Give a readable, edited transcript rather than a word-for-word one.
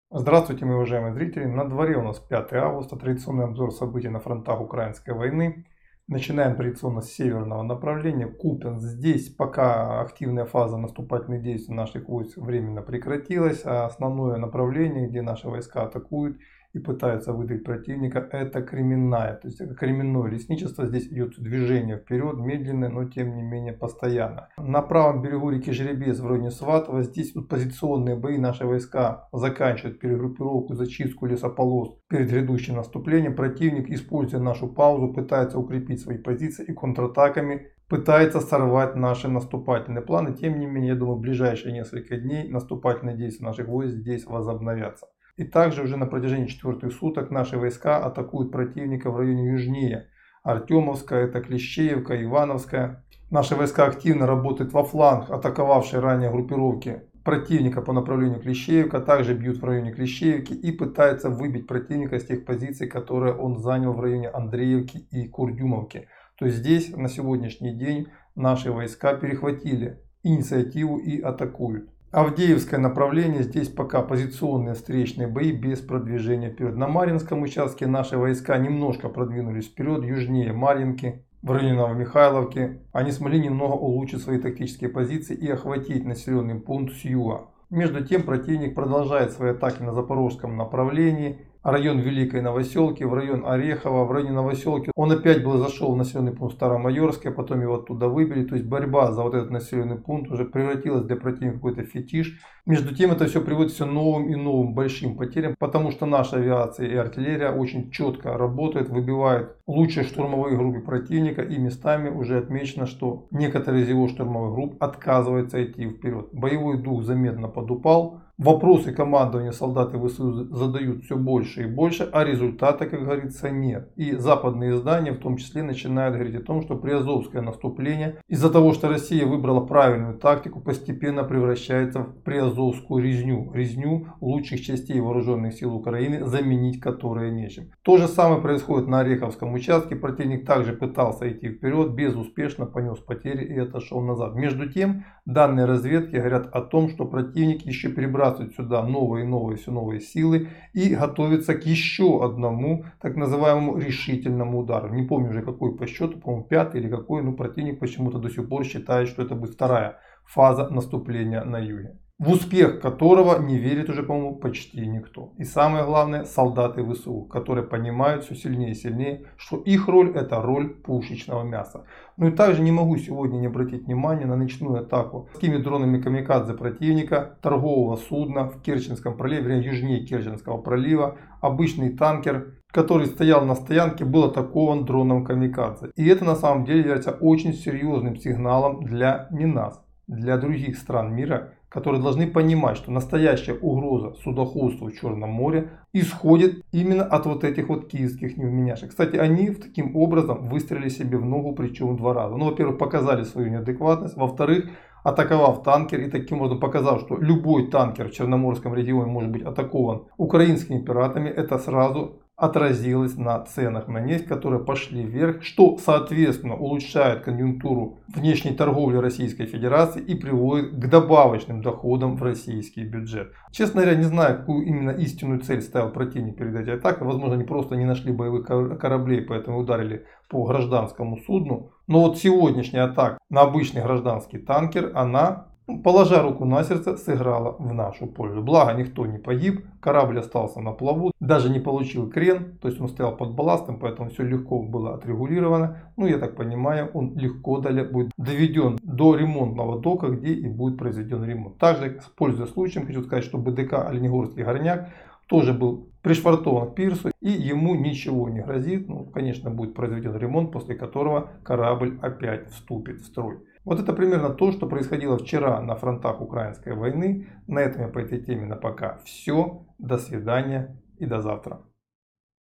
Здравствуйте, мои уважаемые зрители! На дворе у нас 5 августа, традиционный обзор событий на фронтах украинской войны. Начинаем традиционно с северного направления. Купянск. Здесь пока активная фаза наступательных действий наших войск временно прекратилась, а основное направление, где наши войска атакуют и пытаются выдавить противника, это Кременная. То есть это Кременное лесничество. Здесь идет движение вперед, медленное, но тем не менее постоянно. На правом берегу реки Жеребец в районе Сватово. Здесь вот позиционные бои. Наши войска заканчивают перегруппировку, зачистку лесополос перед грядущим наступлением. Противник, используя нашу паузу, пытается укрепить свои позиции и контратаками пытается сорвать наши наступательные планы. Тем не менее, я думаю, в ближайшие несколько дней наступательные действия наших войск здесь возобновятся. И также уже на протяжении 4 суток наши войска атакуют противника в районе южнее. Артемовска, это Клещеевка, Ивановская. Наши войска активно работают во фланг, атаковавшие ранее группировки противника по направлению Клещеевка. Также бьют в районе Клещеевки и пытаются выбить противника с тех позиций, которые он занял в районе Андреевки и Курдюмовки. То есть здесь на сегодняшний день наши войска перехватили инициативу и атакуют. Авдеевское направление, здесь пока позиционные встречные бои без продвижения вперед. На Марьинском участке наши войска немножко продвинулись вперед, южнее Марьинки, в районе Новомихайловки. Они смогли немного улучшить свои тактические позиции и охватить населенный пункт с юга. Между тем противник продолжает свои атаки на запорожском направлении. Район Великой Новоселки, в район Орехова, в районе Новоселки. Он опять был зашел в населенный пункт Старомайорское, потом его оттуда выбили. То есть борьба за вот этот населенный пункт уже превратилась для противника в какой-то фетиш. Между тем это все приводит все новым и новым большим потерям, потому что наша авиация и артиллерия очень четко работают, выбивают лучшие штурмовые группы противника, и местами уже отмечено, что некоторые из его штурмовых групп отказываются идти вперед. Боевой дух заметно подупал. Вопросы командования солдаты ВСУ задают все больше и больше, а результата, как говорится, нет. И западные издания в том числе начинают говорить о том, что приазовское наступление из-за того, что Россия выбрала правильную тактику, постепенно превращается в приазовскую резню. Резню лучших частей вооруженных сил Украины, заменить которые нечем. То же самое происходит на Ореховском участке. Противник также пытался идти вперед, безуспешно понес потери и отошел назад. Между тем, данные разведки говорят о том, что противник еще перебрасывает сюда новые и новые, все новые силы и готовится к еще одному так называемому решительному удару. Не помню уже какой по счету, по-моему 5 или какой, но противник почему-то до сих пор считает, что это будет вторая фаза наступления на юге, в успех которого не верит уже, по-моему, почти никто. И самое главное, солдаты ВСУ, которые понимают все сильнее и сильнее, что их роль — это роль пушечного мяса. Ну и также не могу сегодня не обратить внимание на ночную атаку такими дронами камикадзе противника торгового судна в Керченском проливе, вернее, южнее Керченского пролива. Обычный танкер, который стоял на стоянке, был атакован дроном камикадзе. И это на самом деле является очень серьезным сигналом для не нас, для других стран мира, которые должны понимать, что настоящая угроза судоходству в Черном море исходит именно от вот этих вот киевских невменяшек. Кстати, они таким образом выстрелили себе в ногу, причем 2 раза. Ну, во-первых, показали свою неадекватность, во-вторых, атаковав танкер и таким образом показав, что любой танкер в Черноморском регионе может быть атакован украинскими пиратами, это сразу отразилось на ценах на нефть, которые пошли вверх, что соответственно улучшает конъюнктуру внешней торговли Российской Федерации и приводит к добавочным доходам в российский бюджет. Честно говоря, не знаю, какую именно истинную цель ставил противник перед этой атакой. Возможно, они просто не нашли боевых кораблей, поэтому ударили по гражданскому судну. Но вот сегодняшняя атака на обычный гражданский танкер, она, положа руку на сердце, сыграла в нашу пользу. Благо никто не погиб, корабль остался на плаву, даже не получил крен, то есть он стоял под балластом, поэтому все легко было отрегулировано. Ну, я так понимаю, он легко далее будет доведен до ремонтного дока, где и будет произведен ремонт. Также, пользуясь случаем, хочу сказать, что БДК Оленегорский горняк тоже был пришвартован к пирсу, и ему ничего не грозит. Ну, конечно, будет произведен ремонт, после которого корабль опять вступит в строй. Вот это примерно то, что происходило вчера на фронтах украинской войны. На этом я по этой теме на пока все. До свидания и до завтра.